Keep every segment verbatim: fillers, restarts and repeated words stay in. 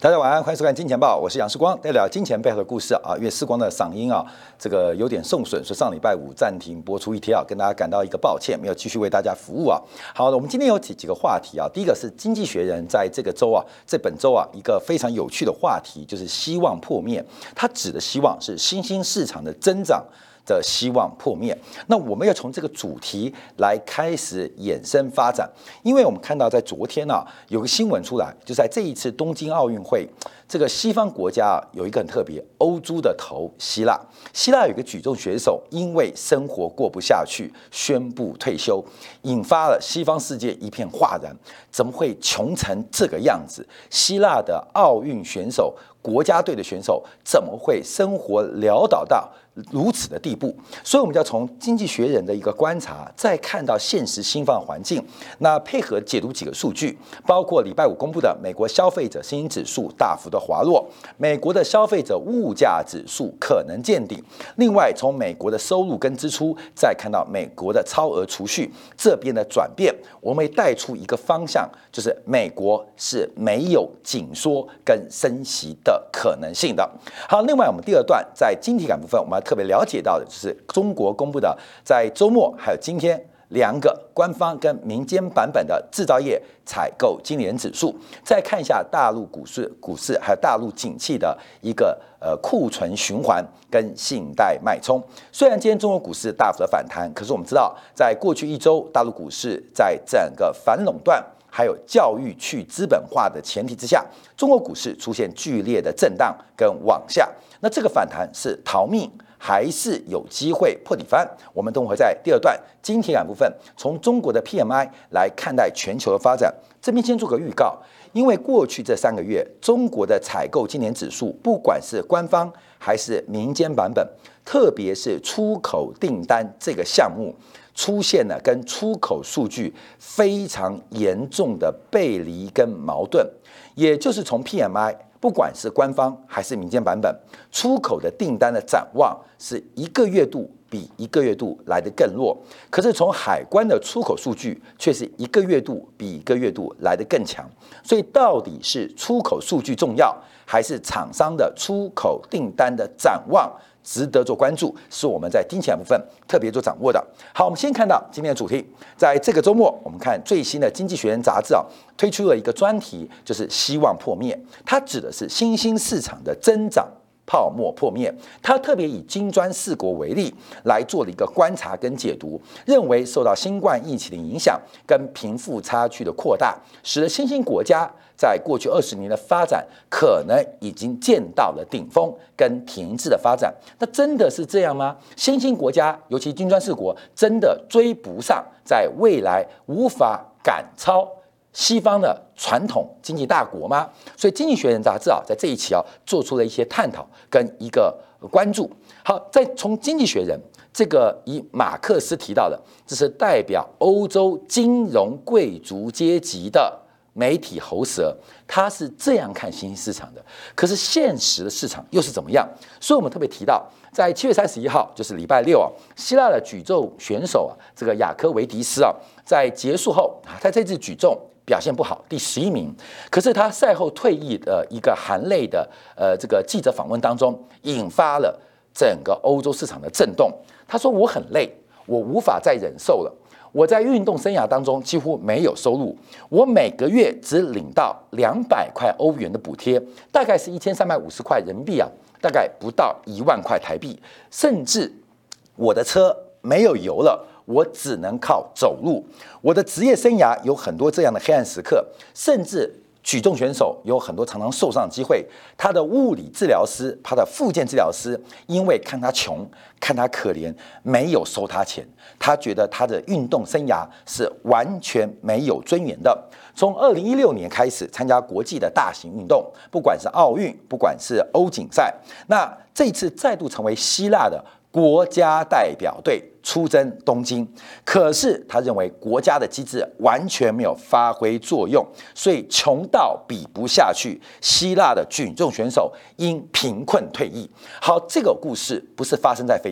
大家晚安，欢迎收看《金钱报》，我是杨世光，带聊金钱背后的故事啊。因为世光的嗓音啊，这个有点受损，所以上礼拜五暂停播出一天啊，跟大家感到一个抱歉，没有继续为大家服务啊。好的，我们今天有几几个话题啊。第一个是《经济学人》在这个周啊，在本周啊，一个非常有趣的话题，就是希望破灭。它指的希望是新兴市场的增长的希望破灭。那我们要从这个主题来开始衍生发展，因为我们看到在昨天啊，有个新闻出来，就在这一次东京奥运会，这个西方国家啊有一个很特别，欧洲的头希腊，希腊有一个举重选手因为生活过不下去，宣布退休，引发了西方世界一片哗然，怎么会穷成这个样子？希腊的奥运选手，国家队的选手怎么会生活潦倒到如此的地步？所以我们就要从经济学人的一个观察，再看到现实新方环境，那配合解读几个数据，包括礼拜五公布的美国消费者信心指数大幅的滑落，美国的消费者物价指数可能见顶。另外，从美国的收入跟支出，再看到美国的超额储蓄这边的转变，我们会带出一个方向，就是美国是没有紧缩跟升息的可能性的。好，另外我们第二段在晶体感部分，我们要特别了解到的就是中国公布的在周末还有今天两个官方跟民间版本的制造业采购经理人指数，再看一下大陆股市、股市还有大陆景气的一个呃库存循环跟信贷脉冲。虽然今天中国股市大幅的反弹，可是我们知道，在过去一周，大陆股市在整个反垄断还有教育去资本化的前提之下，中国股市出现剧烈的震荡跟往下。那这个反弹是逃命，还是有机会破底翻？我们等会在第二段晶体感部分，从中国的 P M I 来看待全球的发展。这边先做个预告，因为过去这三个月，中国的采购经理指数，不管是官方还是民间版本，特别是出口订单这个项目，出现了跟出口数据非常严重的背离跟矛盾，也就是从 P M I。不管是官方还是民间版本，出口的订单的展望是一个月度比一个月度来得更弱，可是从海关的出口数据却是一个月度比一个月度来得更强。所以到底是出口数据重要，还是厂商的出口订单的展望值得做关注，是我们在金钱部分特别做掌握的。好，我们先看到今天的主题，在这个周末，我们看最新的《经济学人》杂志啊，推出了一个专题，就是希望破灭。它指的是新兴市场的增长泡沫破灭。它特别以金砖四国为例来做了一个观察跟解读，认为受到新冠疫情的影响跟贫富差距的扩大，使得新兴国家在过去二十年的发展可能已经见到了顶峰跟停滞的发展。那真的是这样吗？新兴国家，尤其金砖四国，真的追不上，在未来无法赶超西方的传统经济大国吗？所以《经济学人》杂志啊，在这一期啊，做出了一些探讨跟一个关注。好，再从《经济学人》这个以马克思提到的，这是代表欧洲金融贵族阶级的媒体喉舌，他是这样看新兴市场的。可是现实的市场又是怎么样？所以我们特别提到，在七月三十一号，就是礼拜六啊，希腊的举重选手啊，这个雅科维迪斯啊，在结束后啊，在这次举重表现不好，第十一名。可是他赛后退役的一个含泪的呃这个记者访问当中，引发了整个欧洲市场的震动。他说：“我很累，我无法再忍受了。我在运动生涯当中几乎没有收入，我每个月只领到两百块欧元的补贴，大概是一千三百五十块人民币啊，大概不到一万块台币，甚至我的车没有油了。”我只能靠走路。我的职业生涯有很多这样的黑暗时刻，甚至举重选手有很多常常受伤的机会。他的物理治疗师、他的复健治疗师，因为看他穷、看他可怜，没有收他钱。他觉得他的运动生涯是完全没有尊严的。从二零一六年开始参加国际的大型运动，不管是奥运，不管是欧锦赛，那这次再度成为希腊的国家代表队出征东京，可是他认为国家的机制完全没有发挥作用，所以穷到比不下去。希腊的举重选手因贫困退役。好，这个故事不是发生在非洲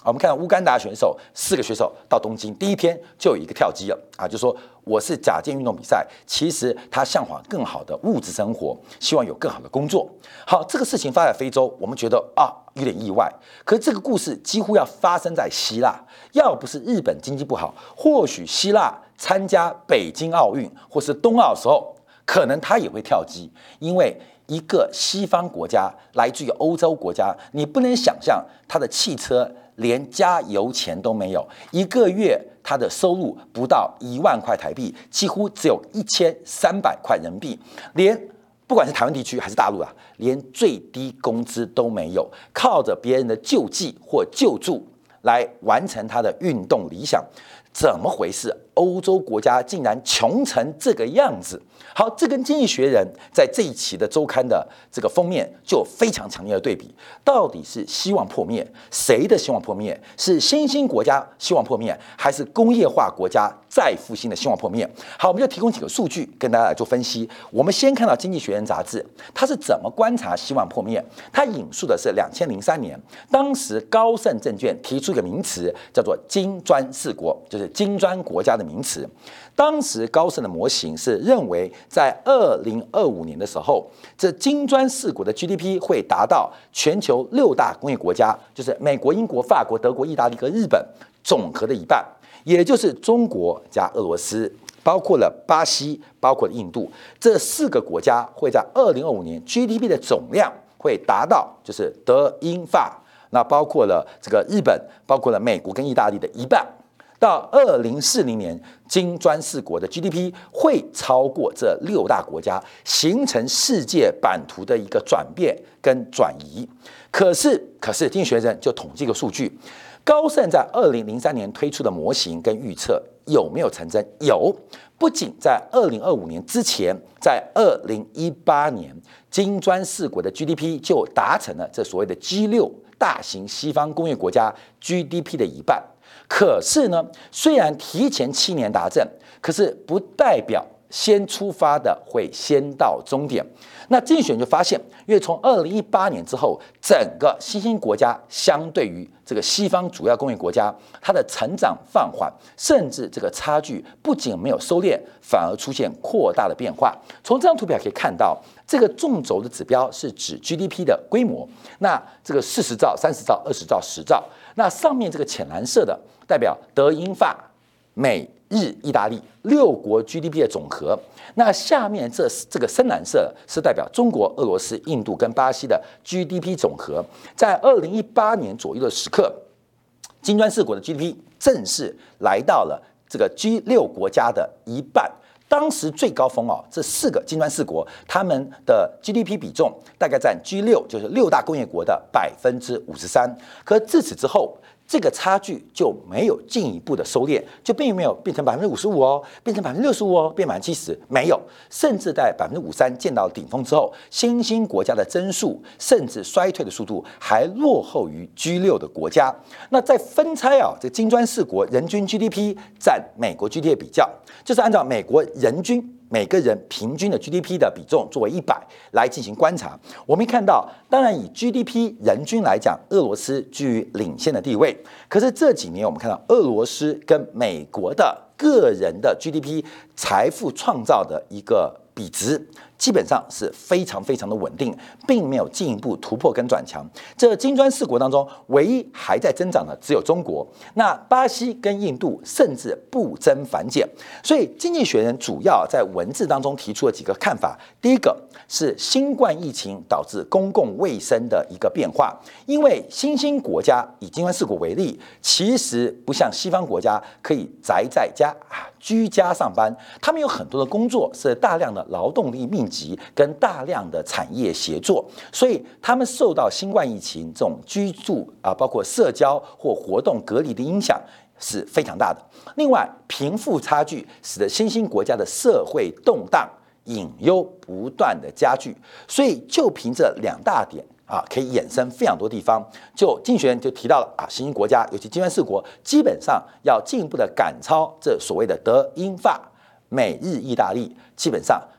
我们看到乌干达选手四个选手到东京第一天就有一个跳机了啊，就说我是假借运动比赛，其实他向往更好的物质生活，希望有更好的工作。好，这个事情发生在非洲，我们觉得啊有点意外。可是这个故事几乎要发生在希腊，要不是日本经济不好，或许希腊参加北京奥运或是冬奥的时候，可能他也会跳机，因为一个西方国家来自于欧洲国家，你不能想象他的汽车连加油钱都没有，一个月他的收入不到一万块台币，几乎只有一千三百块人民币，连不管是台湾地区还是大陆啊，连最低工资都没有，靠着别人的救济或救助来完成他的运动理想，怎么回事？欧洲国家竟然穷成这个样子。好，这跟《经济学人》在这一期的周刊的这个封面就有非常强烈的对比。到底是希望破灭？谁的希望破灭？是新兴国家希望破灭，还是工业化国家再复兴的希望破灭？好，我们就提供几个数据跟大家来做分析。我们先看到《经济学人》杂志，它是怎么观察希望破灭？它引述的是两千零三年，当时高盛证券提出一个名词，叫做“金砖四国”，就是金砖国家的名词。当时高盛的模型是认为，在二零二五年的时候，这金砖四国的 G D P 会达到全球六大工业国家，就是美国、英国、法国、德国、意大利和日本总和的一半，也就是中国加俄罗斯，包括了巴西，包括了印度，这四个国家会在二零二五年 G D P 的总量会达到，就是德、英、法，那包括了这个日本，包括了美国跟意大利的一半。到二零四零年，金砖四国的 G D P 会超过这六大国家，形成世界版图的一个转变跟转移。可是，可是，经济学人就统计一个数据，高盛在二零零三年推出的模型跟预测有没有成真？有，不仅在二零二五年之前，在二零一八年，金砖四国的 G D P 就达成了这所谓的 G 六大型西方工业国家 G D P 的一半。可是呢，虽然提前七年达阵，可是不代表先出发的会先到终点。那经济学人就发现，因为从二零一八年之后，整个新兴国家相对于这个西方主要工业国家，它的成长放缓，甚至这个差距不仅没有收敛，反而出现扩大的变化。从这张图表可以看到，这个纵轴的指标是指 G D P 的规模，那这个四十兆、三十兆、二十兆、十兆，那上面这个浅蓝色的代表德英法美日意大利六国 G D P 的总和，那下面这这个深蓝色是代表中国、俄罗斯、印度跟巴西的 G D P 总和。在二零一八年左右的时刻，金砖四国的 G D P 正式来到了这个 G 六国家的一半。当时最高峰哦，这四个金砖四国，他们的 G D P 比重大概占 G 六，就是六大工业国的百分之五十三。可自此之后，这个差距就没有进一步的收敛，就并没有变成百分之五十五哦，变成百分之六十五哦，变百分之七十，没有，甚至在百分之五三见到顶峰之后，新兴国家的增速甚至衰退的速度还落后于 G 六的国家。那在分拆啊，这金砖四国人均 G D P 占美国 G D P 的比较，就是按照美国人均。每个人平均的 G D P 的比重作为一百来进行观察，我们看到，当然以 G D P 人均来讲，俄罗斯居于领先的地位。可是这几年我们看到，俄罗斯跟美国的个人的 G D P 财富创造的一个比值，基本上是非常非常的稳定，并没有进一步突破跟转强。这金砖四国当中，唯一还在增长的只有中国，那巴西跟印度甚至不增反减。所以，经济学人主要在文字当中提出了几个看法。第一个是新冠疫情导致公共卫生的一个变化，因为新兴国家以金砖四国为例，其实不像西方国家可以宅在家啊。居家上班，他们有很多的工作是大量的劳动力密集跟大量的产业协作，所以他们受到新冠疫情这种居住啊，包括社交或活动隔离的影响是非常大的。另外，贫富差距使得新兴国家的社会动荡隐忧不断的加剧，所以就凭这两大点。啊，可以衍生非常多地方。就经济学人就提到了啊，新兴国家，尤其金砖四国，基本上要进一步的赶超这所谓的德英法美日意大利，基本上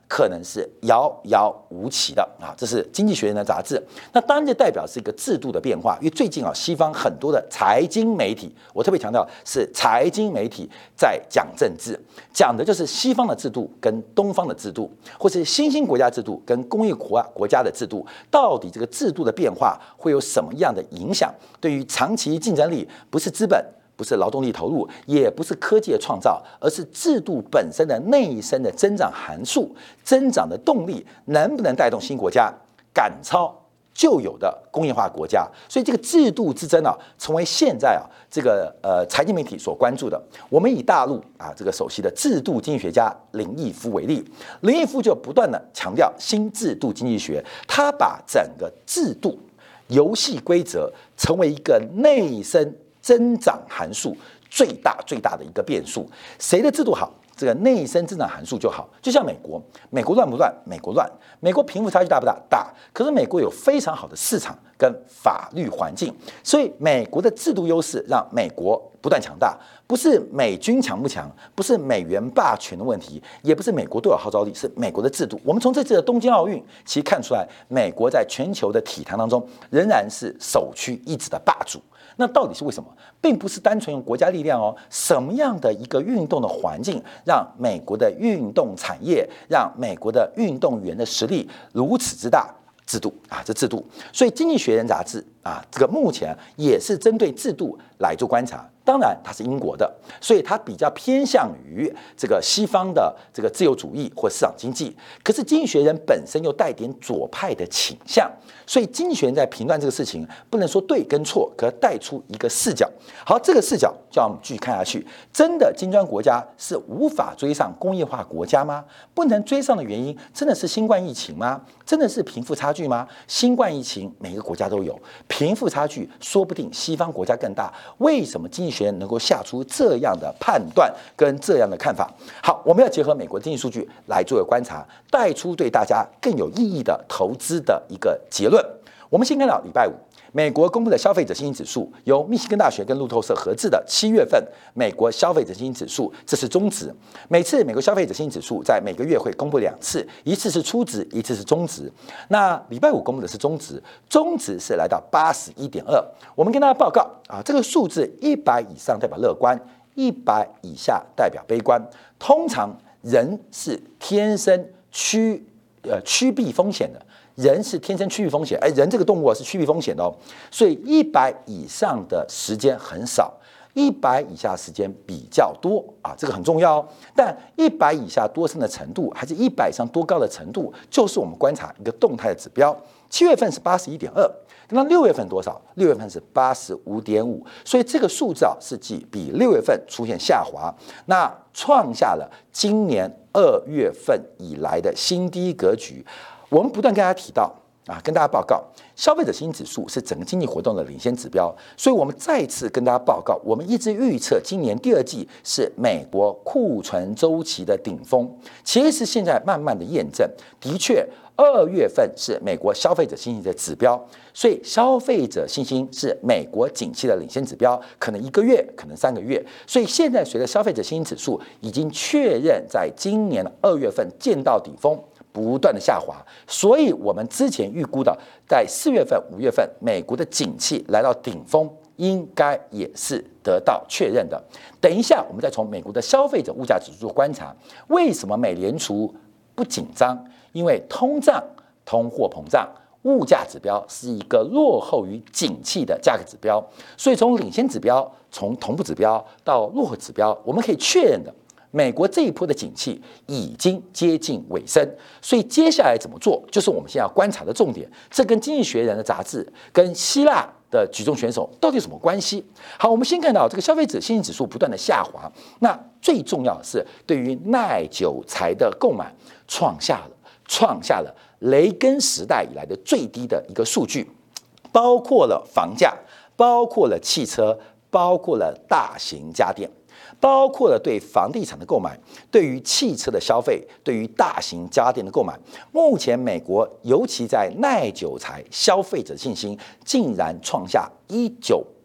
可能是遥遥无期的啊。这是《经济学人》的杂志。那当然，这代表是一个制度的变化，因为最近啊，西方很多的财经媒体，我特别强调是财经媒体在讲政治，讲的就是西方的制度跟东方的制度，或是新兴国家制度跟工业国国家的制度，到底这个制度的变化会有什么样的影响？对于长期竞争力，不是资本。不是劳动力投入，也不是科技的创造，而是制度本身的内生的增长函数、增长的动力，能不能带动新国家赶超旧有的工业化国家？所以这个制度之争啊，成为现在啊这个呃财经媒体所关注的。我们以大陆啊这个首席的制度经济学家林毅夫为例，林毅夫就不断的强调新制度经济学，他把整个制度游戏规则成为一个内生增长函数最大最大的一个变数，谁的制度好，这个内生增长函数就好。就像美国，美国乱不乱？美国乱。美国贫富差距大不大？大。可是美国有非常好的市场跟法律环境，所以美国的制度优势让美国不断强大。不是美军强不强，不是美元霸权的问题，也不是美国多有号召力，是美国的制度。我们从这次的东京奥运其实看出来，美国在全球的体坛当中仍然是首屈一指的霸主。那到底是为什么？并不是单纯用国家力量哦，什么样的一个运动的环境，让美国的运动产业，让美国的运动员的实力如此之大？制度啊，这制度。所以《经济学人》杂志啊，这个目前也是针对制度来做观察。当然，它是英国的，所以它比较偏向于这个西方的这个自由主义或市场经济。可是《经济学人》本身又带点左派的倾向，所以《经济学人》在评断这个事情，不能说对跟错，可带出一个视角。好，这个视角就让我们继续看下去。真的金砖国家是无法追上工业化国家吗？不能追上的原因，真的是新冠疫情吗？真的是贫富差距吗？新冠疫情每个国家都有，贫富差距说不定西方国家更大。为什么经济学人能够下出这样的判断跟这样的看法？好，我们要结合美国经济数据来做个观察，带出对大家更有意义的投资的一个结论。我们先看到礼拜五，美国公布的消费者信心指数，由密西根大学跟路透社合制的七月份美国消费者信心指数，这是中值。每次美国消费者信心指数在每个月会公布两次，一次是初值，一次是中值。那礼拜五公布的是中值，中值是来到八十一点二。我们跟大家报告啊，这个数字一百以上代表乐观，一百以下代表悲观。通常人是天生趋呃趋避风险的。人是天生趋避风险，哎，人这个动物是趋避风险的哦，所以一百以上的时间很少，一百以下时间比较多啊，这个很重要哦。但一百以下多深的程度，还是一百以上多高的程度，就是我们观察一个动态的指标。七月份是八十一点二，那六月份多少？六月份是八十五点五，所以这个数字啊是比比六月份出现下滑，那创下了今年二月份以来的新低格局。我们不断跟大家提到啊，跟大家报告，消费者信心指数是整个经济活动的领先指标，所以我们再次跟大家报告，我们一直预测今年第二季是美国库存周期的顶峰，其实现在慢慢的验证，的确二月份是美国消费者信心的指标，所以消费者信心是美国景气的领先指标，可能一个月，可能三个月，所以现在随着消费者信心指数已经确认在今年二月份见到底峰。不断的下滑，所以我们之前预估的，在四月份、五月份，美国的景气来到顶峰，应该也是得到确认的。等一下，我们再从美国的消费者物价指数观察，为什么美联储不紧张？因为通胀、通货膨胀、物价指标是一个落后于景气的价格指标，所以从领先指标、从同步指标到落后指标，我们可以确认的。美国这一波的景气已经接近尾声，所以接下来怎么做，就是我们现在要观察的重点。这跟《经济学人》的杂志跟希腊的举重选手到底有什么关系？好，我们先看到这个消费者信心指数不断的下滑，那最重要的是对于耐久材的购买创下了创下了雷根时代以来的最低的一个数据，包括了房价，包括了汽车，包括了大型家电。包括了对房地产的购买，对于汽车的消费，对于大型家电的购买。目前美国尤其在耐久材消费者信心竟然创下一九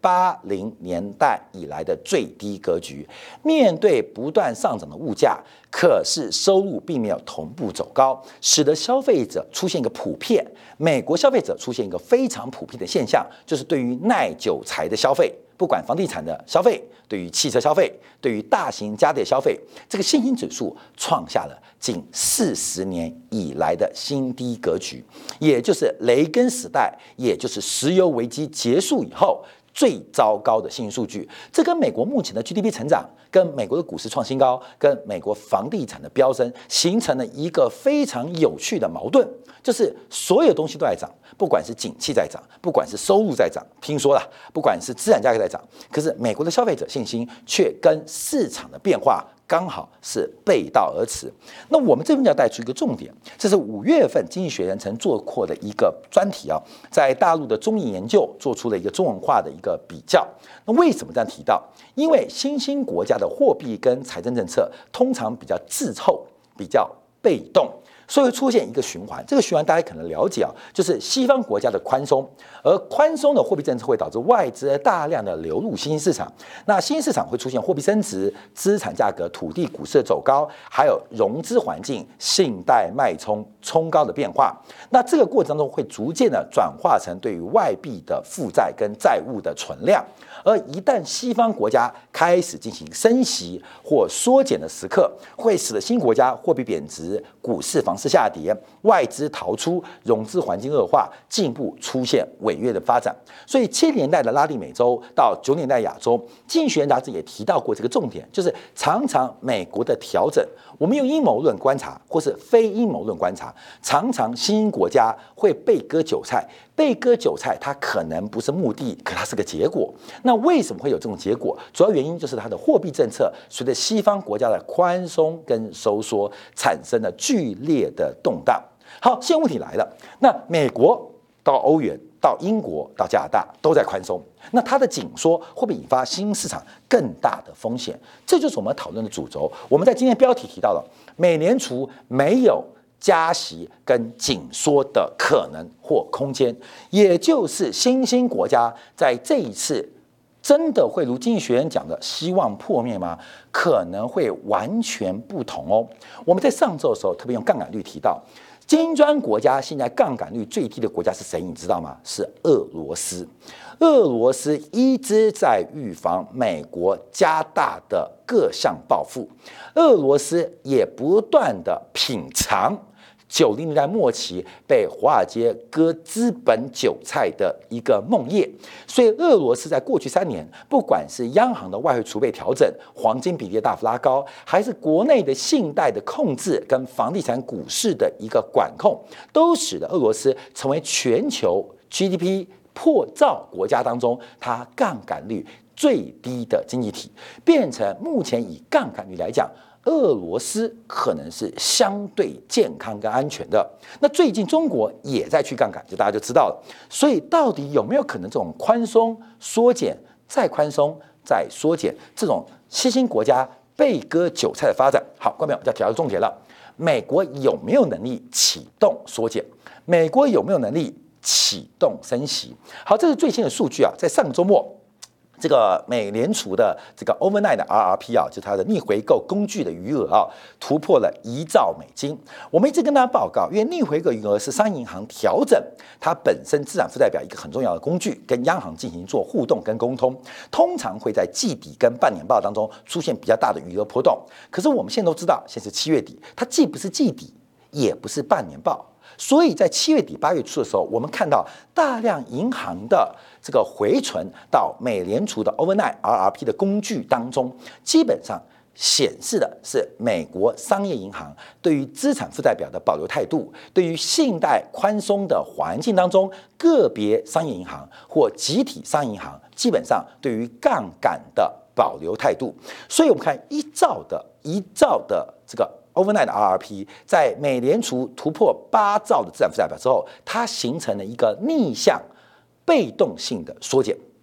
八零年代以来的最低格局。面对不断上涨的物价，可是收入并没有同步走高，使得消费者出现一个普遍，美国消费者出现一个非常普遍的现象，就是对于耐久财的消费。不管房地产的消费，对于汽车消费，对于大型家电消费，这个信心指数创下了近四十年以来的新低格局，也就是雷根时代，也就是石油危机结束以后最糟糕的信心数据。这跟美国目前的 G D P 成长、跟美国的股市创新高、跟美国房地产的飙升，形成了一个非常有趣的矛盾，就是所有东西都在涨。不管是景气在涨，不管是收入在涨，听说了，不管是资产价格在涨，可是美国的消费者信心却跟市场的变化刚好是背道而驰。那我们这边要带出一个重点，这是五月份《经济学人》曾做过的一个专题啊，在大陆的中印研究做出了一个中文化的一个比较。那为什么这样提到？因为新兴国家的货币跟财政政策通常比较滞后，比较被动。所以会出现一个循环，这个循环大家可能了解啊，就是西方国家的宽松，而宽松的货币政策会导致外资大量的流入新兴市场，那新兴市场会出现货币升值、资产价格、土地、股市的走高，还有融资环境、信贷脉冲冲高的变化。那这个过程当中会逐渐的转化成对于外币的负债跟债务的存量，而一旦西方国家开始进行升息或缩减的时刻，会使得新国家货币贬值、股市房市下跌、外资逃出、融资环境恶化，进一步出现违约的发展。所以七零年代的拉丁美洲到九零年代亚洲，《经济学人》杂志也提到过这个重点，就是常常美国的调整，我们用阴谋论观察或是非阴谋论观察，常常新兴国家会被割韭菜。被割韭菜，它可能不是目的，可它是个结果。那为什么会有这种结果？主要原因就是它的货币政策随着西方国家的宽松跟收缩，产生了剧烈的动荡。好，现在问题来了，那美国到欧元到英国到加拿大都在宽松，那它的紧缩会不会引发新兴市场更大的风险？这就是我们讨论的主轴。我们在今天标题提到了，美联储没有加息跟紧缩的可能或空间，也就是新兴国家在这一次真的会如经济学人讲的希望破灭吗？可能会完全不同哦。我们在上周的时候特别用杠杆率提到，金砖国家现在杠杆率最低的国家是谁？你知道吗？是俄罗斯。俄罗斯一直在预防美国加大的各项报复，俄罗斯也不断的品尝九零年代末期被华尔街割资本韭菜的一个梦魇，所以俄罗斯在过去三年，不管是央行的外汇储备调整、黄金比例大幅拉高，还是国内的信贷的控制跟房地产股市的一个管控，都使得俄罗斯成为全球 G D P 破兆国家当中，它杠杆率最低的经济体，变成目前以杠杆率来讲，俄罗斯可能是相对健康跟安全的。那最近中国也在去杠杆，就大家就知道了。所以到底有没有可能这种宽松缩减再宽松再缩减，这种新兴国家被割韭菜的发展？好，观众朋友，我们就要提到重点了：美国有没有能力启动缩减？美国有没有能力启动升息？好，这是最新的数据啊，在上个周末。这个美联储的这个 overnight 的 R R P 啊，就是它的逆回购工具的余额啊，突破了一兆美金。我们一直跟大家报告，因为逆回购余额是商业银行调整它本身资产负债表一个很重要的工具，跟央行进行做互动跟沟通，通常会在季底跟半年报当中出现比较大的余额波动。可是我们现在都知道，现在是七月底，它既不是季底，也不是半年报。所以在七月底八月初的时候，我们看到大量银行的这个回存到美联储的 overnight R R P 的工具当中，基本上显示的是美国商业银行对于资产负债表的保留态度，对于信贷宽松的环境当中，个别商业银行或集体商业银行基本上对于杠杆的保留态度。所以我们看一兆的一兆的这个overnight 的 R R P 在美联储突破八兆的资产负债表之后，它形成了一个逆向被动性的缩减。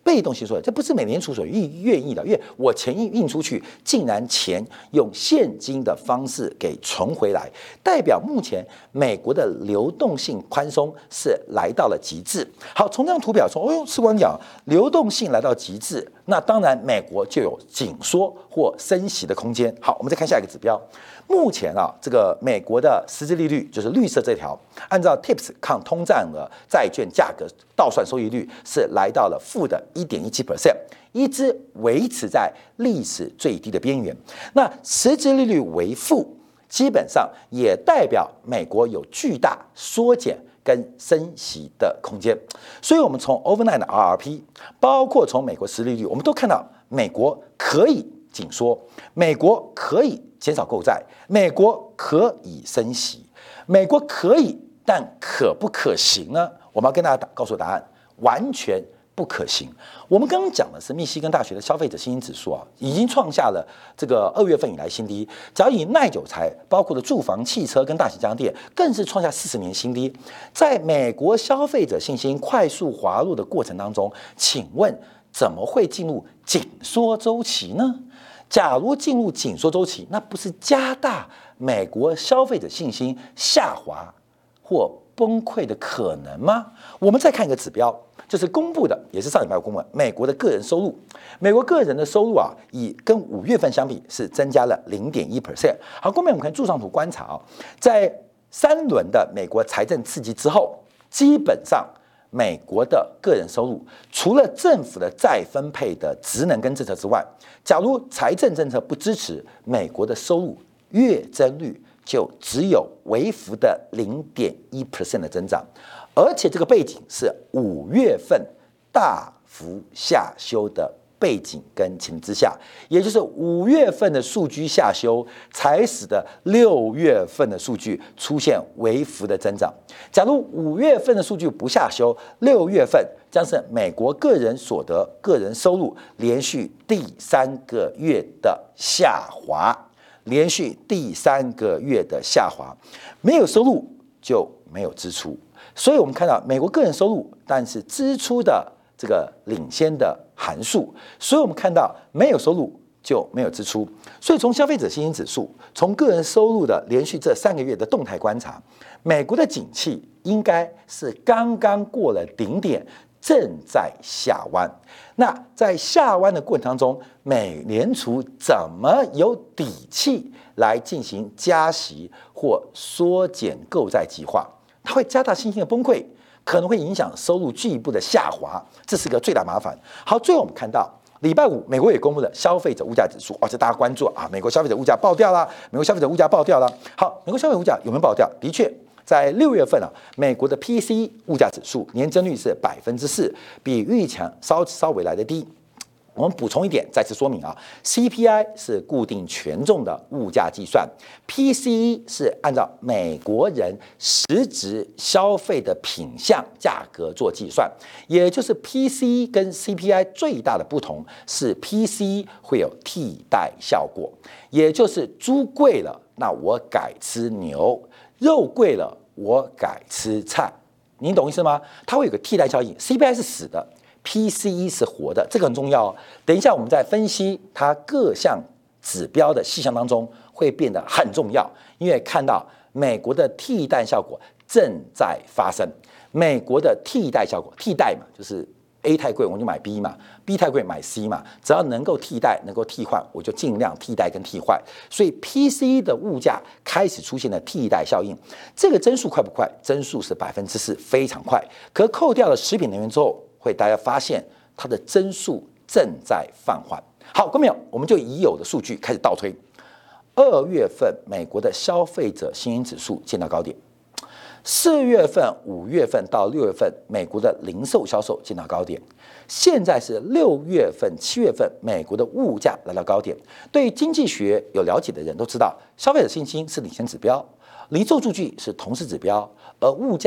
被动性缩水，这不是美联储所愿愿意的，因为我钱一运出去，竟然钱用现金的方式给存回来，代表目前美国的流动性宽松是来到了极致。好，从这张图表说，哦呦，士官讲流动性来到极致，那当然美国就有紧缩或升息的空间。好，我们再看下一个指标。目前啊，这个美国的实质利率就是绿色这条，按照 T I P S 抗通胀额债券价格倒算收益率是来到了负的 百分之一点一七， 一直维持在历史最低的边缘。那实质利率为负，基本上也代表美国有巨大缩减跟升息的空间。所以，我们从 overnight 的 R R P， 包括从美国实利率，我们都看到美国可以紧缩，美国可以减少购债，美国可以升息，美国可以，但可不可行呢？我们要跟大家告诉答案，完全不可行。我们刚刚讲的是密西根大学的消费者信心指数啊，已经创下了这个二月份以来新低。只要以耐久材，包括了住房、汽车跟大型家电，更是创下四十年新低。在美国消费者信心快速滑落的过程当中，请问怎么会进入紧缩周期呢？假如进入紧缩周期，那不是加大美国消费者信心下滑或崩溃的可能吗？我们再看一个指标，就是公布的，也是上礼拜公布的美国的个人收入。美国个人的收入啊，以跟五月份相比是增加了 百分之零点一。好，后面我们看柱状图观察啊，在三轮的美国财政刺激之后，基本上美国的个人收入，除了政府的再分配的职能跟政策之外，假如财政政策不支持，美国的收入月增率就只有微幅的 百分之零点一 的增长，而且这个背景是五月份大幅下修的背景跟情之下，也就是五月份的数据下修，才使得六月份的数据出现微幅的增长。假如五月份的数据不下修，六月份将是美国个人所得、个人收入连续第三个月的下滑，连续第三个月的下滑，没有收入就没有支出，所以我们看到美国个人收入，但是支出的这个领先的函数，所以我们看到没有收入就没有支出，所以从消费者信心指数，从个人收入的连续这三个月的动态观察，美国的景气应该是刚刚过了顶点，正在下弯。那在下弯的过程当中，美联储怎么有底气来进行加息或缩减购债计划？它会加大信心的崩溃，可能会影响收入进一步的下滑，这是个最大麻烦。好，最后我们看到礼拜五，美国也公布了消费者物价指数，而且大家关注啊，美国消费者物价爆掉了，美国消费者物价爆掉了。好，美国消费者物价有没有爆掉？的确，在六月份啊，美国的 P C E 物价指数年增率是百分之四，比预期稍稍微来的低。我们补充一点，再次说明啊 ，C P I 是固定权重的物价计算 ，P C E 是按照美国人实质消费的品项价格做计算，也就是 P C E 跟 C P I 最大的不同是 P C E 会有替代效果，也就是猪贵了，那我改吃牛；肉贵了，我改吃菜。您懂意思吗？它会有个替代效应 ，C P I 是死的。P C E 是活的，这个很重要哦。等一下，我们在分析它各项指标的细项当中，会变得很重要，因为看到美国的替代效果正在发生。美国的替代效果，替代嘛，就是 A 太贵，我们就买 B 嘛 ；B 太贵买 C 嘛。只要能够替代、能够替换，我就尽量替代跟替换。所以 P C E 的物价开始出现了替代效应。这个增速快不快？增速是百分之四，非常快。可扣掉了食品能源之后，会大家发现它的增速正在放缓。好，各位朋友，我们就已有的数据开始倒推。二月份美国的消费者信心指数见到高点，四月份、五月份到六月份美国的零售销售见到高点，现在是六月份、七月份美国的物价来到高点。对于经济学有了解的人都知道，消费者信心是领先指标，零售数据是同时指标，而物价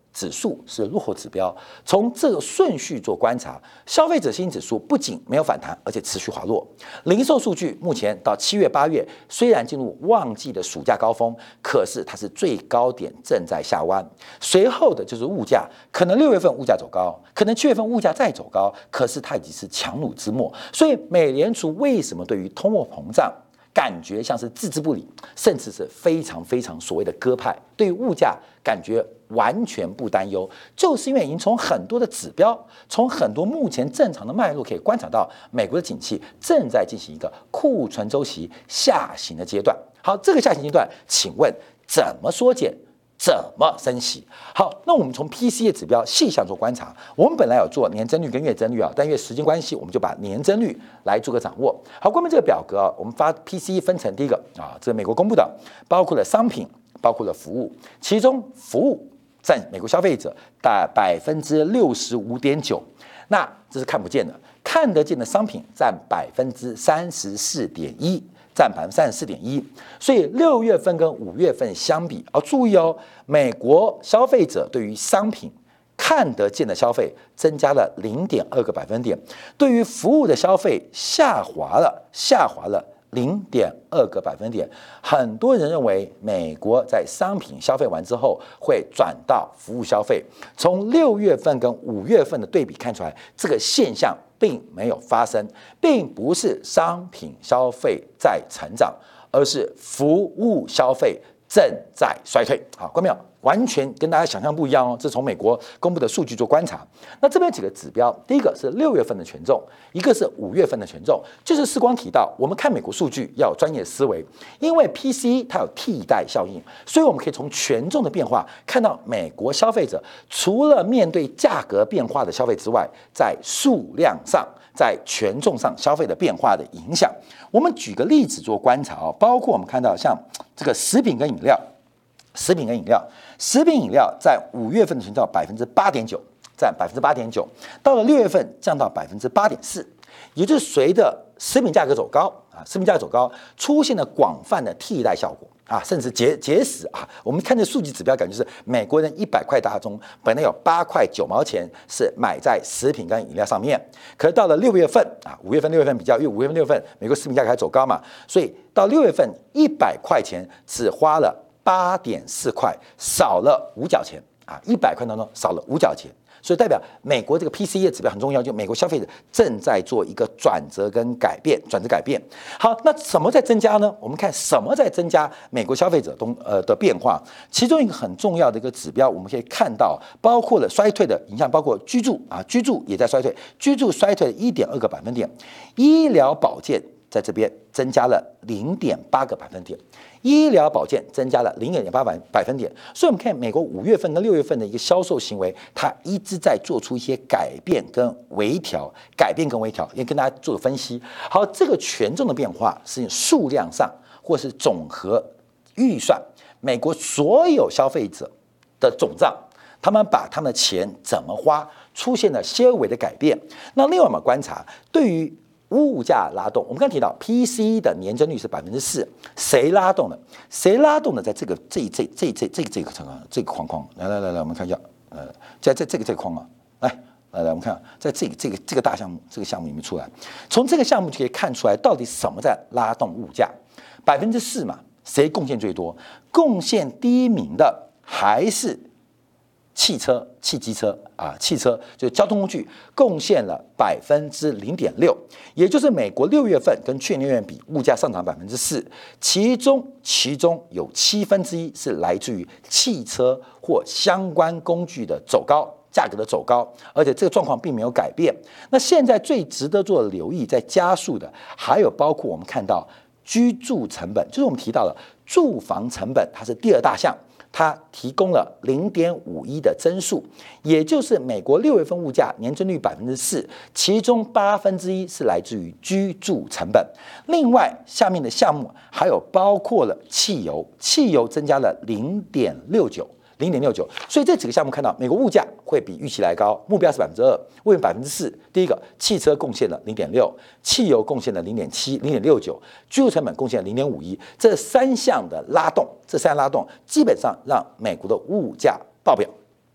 指数是落后指标。从这个顺序做观察，消费者信心指数不仅没有反弹，而且持续滑落。零售数据目前到七月、八月虽然进入旺季的暑假高峰，可是它是最高点正在下弯。随后的就是物价，可能六月份物价走高，可能七月份物价再走高，可是它已经是强弩之末。所以美联储为什么对于通货膨胀感觉像是置之不理，甚至是非常非常所谓的鸽派，对于物价感觉完全不担忧，就是因为已经从很多的指标，从很多目前正常的脉络可以观察到，美国的景气正在进行一个库存周期下行的阶段。好，这个下行阶段，请问怎么缩减？怎么升息？好，那我们从 P C E 指标细项做观察。我们本来有做年增率跟月增率啊，但因为时间关系，我们就把年增率来做个掌握。好，关于这个表格啊，我们发 P C E 分成第一个啊，这是美国公布的，包括了商品，包括了服务，其中服务占美国消费者大百分之六十五点九，那这是看不见的，看得见的商品占百分之三十四点一。占百分之三十四点一，所以六月份跟五月份相比，要注意哦，美国消费者对于商品看得见的消费增加了零点二个百分点，对于服务的消费下滑了，下滑了零点二个百分点。很多人认为美国在商品消费完之后会转到服务消费，从六月份跟五月份的对比看出来，这个现象并没有发生，并不是商品消费在成长，而是服务消费正在衰退。好，观众朋友，完全跟大家想象不一样哦。这是从美国公布的数据做观察。那这边有几个指标，第一个是六月份的权重，一个是五月份的权重。就是世光提到，我们看美国数据要有专业思维，因为 P C E 它有替代效应，所以我们可以从权重的变化看到美国消费者除了面对价格变化的消费之外，在数量上，在权重上消费的变化的影响。我们举个例子做观察哦，包括我们看到像这个食品跟饮料。食品跟饮料，食品饮料在五月份的权重百分之八点九，占百分之八点九，到了六月份降到百分之八点四，也就是随着食品价格走高啊，食品价格走高，出现了广泛的替代效果啊，甚至节节食啊。我们看这数据指标，感觉是美国人一百块大中，本来有八块九毛钱是买在食品跟饮料上面，可是到了六月份啊，五月份六月份比较，因为五月份六月份美国食品价格还走高嘛，所以到六月份一百块钱只花了八点四块，少了五角钱啊！一百块当中少了五角钱，所以代表美国这个 P C E 指标很重要，就美国消费者正在做一个转折跟改变，转折改变。好，那什么在增加呢？我们看什么在增加美国消费者东呃的变化。其中一个很重要的一个指标，我们可以看到，包括了衰退的影响，包括居住啊，居住也在衰退，居住衰退一点二个百分点，医疗保健在这边增加了零点八个百分点。医疗保健增加了零点八百分点，所以我们看美国五月份跟六月份的一个销售行为，它一直在做出一些改变跟微调，改变跟微调，也跟大家做个分析。好，这个权重的变化是数量上或是总和预算，美国所有消费者的总账，他们把他们的钱怎么花，出现了些微的改变。那另外我们观察，对于物价拉动，我们刚才提到 P C E 的年增率是百分之四，谁拉动的？谁拉动的？在这个这这这这这个这个这个这个框框，来来来来，我们看一下，呃，在在这个这个框啊，来来来，我们看，在这个这个这个大项目这个项目里面出来，从这个项目就可以看出来，到底什么在拉动物价？百分之四嘛，谁贡献最多？贡献第一名的还是汽车、汽机车啊，汽车就是交通工具，贡献了百分之零点六，也就是美国六月份跟去年六月份比，物价上涨百分之四，其中其中有七分之一是来自于汽车或相关工具的走高。价格的走高，而且这个状况并没有改变。那现在最值得做留意、在加速的，还有包括我们看到居住成本，就是我们提到的住房成本，它是第二大项。它提供了零点五一的增速，也就是美国六月份物价年增率百分之四，其中八分之一是来自于居住成本。另外，下面的项目还有包括了汽油，汽油增加了零点六九。零点六九，所以这几个项目看到美国物价会比预期来高，目标是百分之二，为百分之四。第一个，汽车贡献了零点六，汽油贡献了零点七、零点六九，居住成本贡献了零点五一，这三项的拉动，这三项拉动基本上让美国的物价爆表。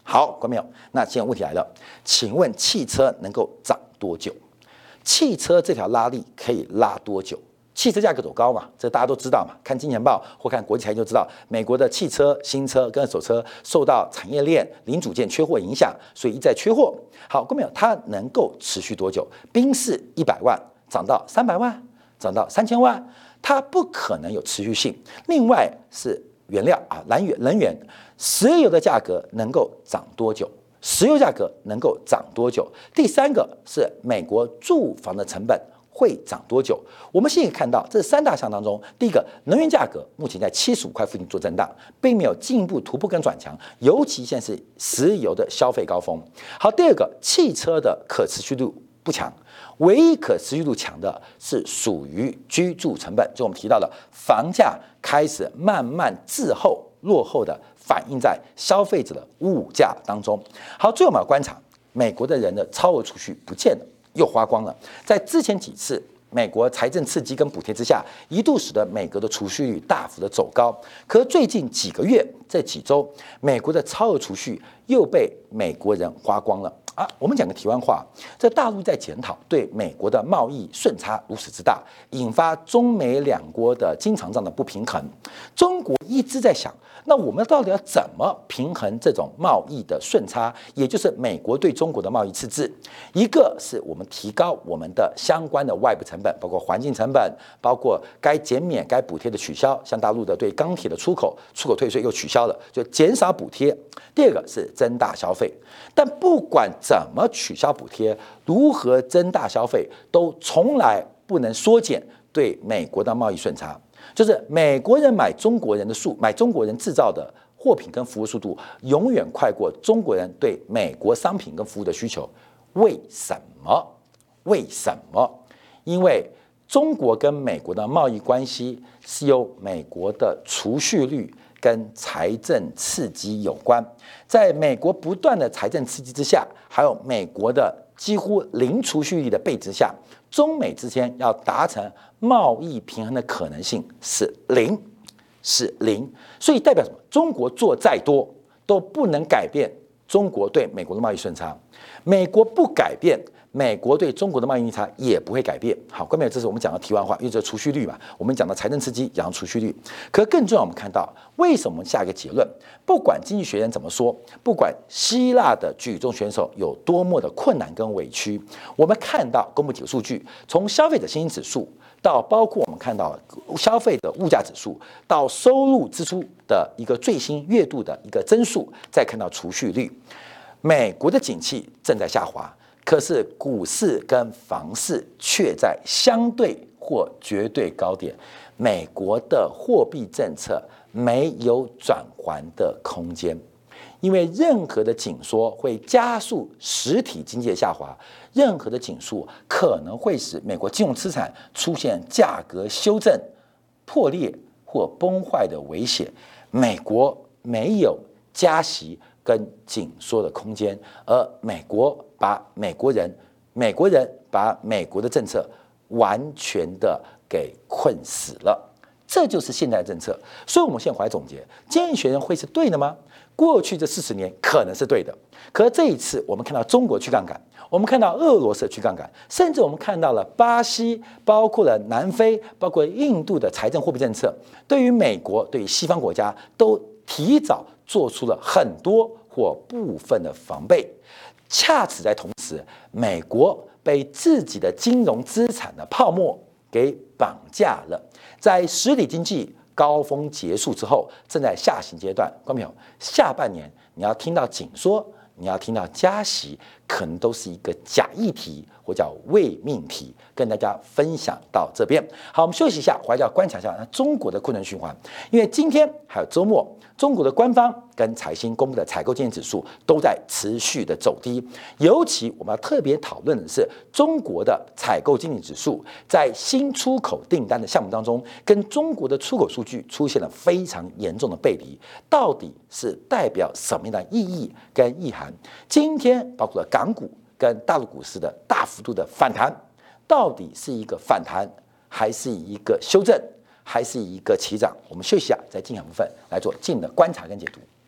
好，观众朋友，那现在问题来了，请问汽车能够涨多久？汽车这条拉力可以拉多久？汽车价格走高嘛，这大家都知道嘛。看金钱报或看国际财经就知道，美国的汽车新车跟二手车受到产业链零组件缺货影响，所以一再缺货。好，观众朋友，它能够持续多久？宾士一百万涨到三百万，涨到三千万，它不可能有持续性。另外是原料啊，能源能源，石油的价格能够涨多久？石油价格能够涨多久？第三个是美国住房的成本会涨多久？我们现在看到这三大项当中，第一个能源价格目前在七十五块附近做震荡，并没有进一步突破跟转强，尤其现在是石油的消费高峰。好，第二个汽车的可持续度不强，唯一可持续度强的是属于居住成本，就我们提到的房价开始慢慢滞后落后的反映在消费者的物价当中。好，最后我们要观察美国的人的超额储蓄不见了，又花光了。在之前几次美国财政刺激跟补贴之下，一度使得美国的储蓄率大幅的走高。可最近几个月、这几周，美国的超额储蓄又被美国人花光了啊！我们讲个题外话，这大陆在检讨对美国的贸易顺差如此之大，引发中美两国的经常账的不平衡。中国一直在想，那我们到底要怎么平衡这种贸易的顺差？也就是美国对中国的贸易赤字，一个是我们提高我们的相关的外部成本，包括环境成本，包括该减免、该补贴的取消，像大陆的对钢铁的出口出口退税又取消了，就减少补贴。第二个是增大消费，但不管怎么取消补贴，如何增大消费，都从来不能缩减对美国的贸易顺差。就是美国人买中国人的速，买中国人制造的货品跟服务速度，永远快过中国人对美国商品跟服务的需求。为什么？为什么？因为中国跟美国的贸易关系是由美国的储蓄率跟财政刺激有关。在美国不断的财政刺激之下，还有美国的几乎零储蓄率的背景下，中美之间要达成贸易平衡的可能性是零，是零。所以代表什么？中国做再多都不能改变中国对美国的贸易顺差，美国不改变，美国对中国的贸易逆差也不会改变。好，观众朋友，这是我们讲的题外话，因为这储蓄率嘛，我们讲的财政刺激讲到储蓄率。可更重要，我们看到为什么我们下一个结论？不管经济学人怎么说，不管希腊的举重选手有多么的困难跟委屈，我们看到公布几个数据，从消费者信心指数到包括我们看到消费的物价指数，到收入支出的一个最新月度的一个增速，再看到储蓄率，美国的景气正在下滑。可是股市跟房市却在相对或绝对高点，美国的货币政策没有转圜的空间，因为任何的紧缩会加速实体经济的下滑，任何的紧缩可能会使美国金融资产出现价格修正、破裂或崩坏的危险。美国没有加息跟紧缩的空间，而美国把美国人，美国人把美国的政策完全的给困死了，这就是现在的政策。所以，我们现在回来总结，经济学人会是对的吗？过去这四十年可能是对的，可是这一次我们看到中国去杠杆，我们看到俄罗斯去杠杆，甚至我们看到了巴西，包括了南非，包括印度的财政货币政策，对于美国，对于西方国家都提早做出了很多或部分的防备。恰此在同时，美国被自己的金融资产的泡沫给绑架了。在实体经济高峰结束之后，正在下行阶段。观众朋友，下半年你要听到紧缩，你要听到加息，可能都是一个假议题或叫伪命题，跟大家分享到这边。好，我们休息一下，回来要观察一下中国的库存循环，因为今天还有周末。中国的官方跟财新公布的采购经理指数都在持续的走低，尤其我们要特别讨论的是中国的采购经理指数在新出口订单的项目当中，跟中国的出口数据出现了非常严重的背离，到底是代表什么样的意义跟意涵？今天包括了港股跟大陆股市的大幅度的反弹，到底是一个反弹还是一个修正？还是一个起涨？我们休息一下，在进场部分来做进的观察跟解读。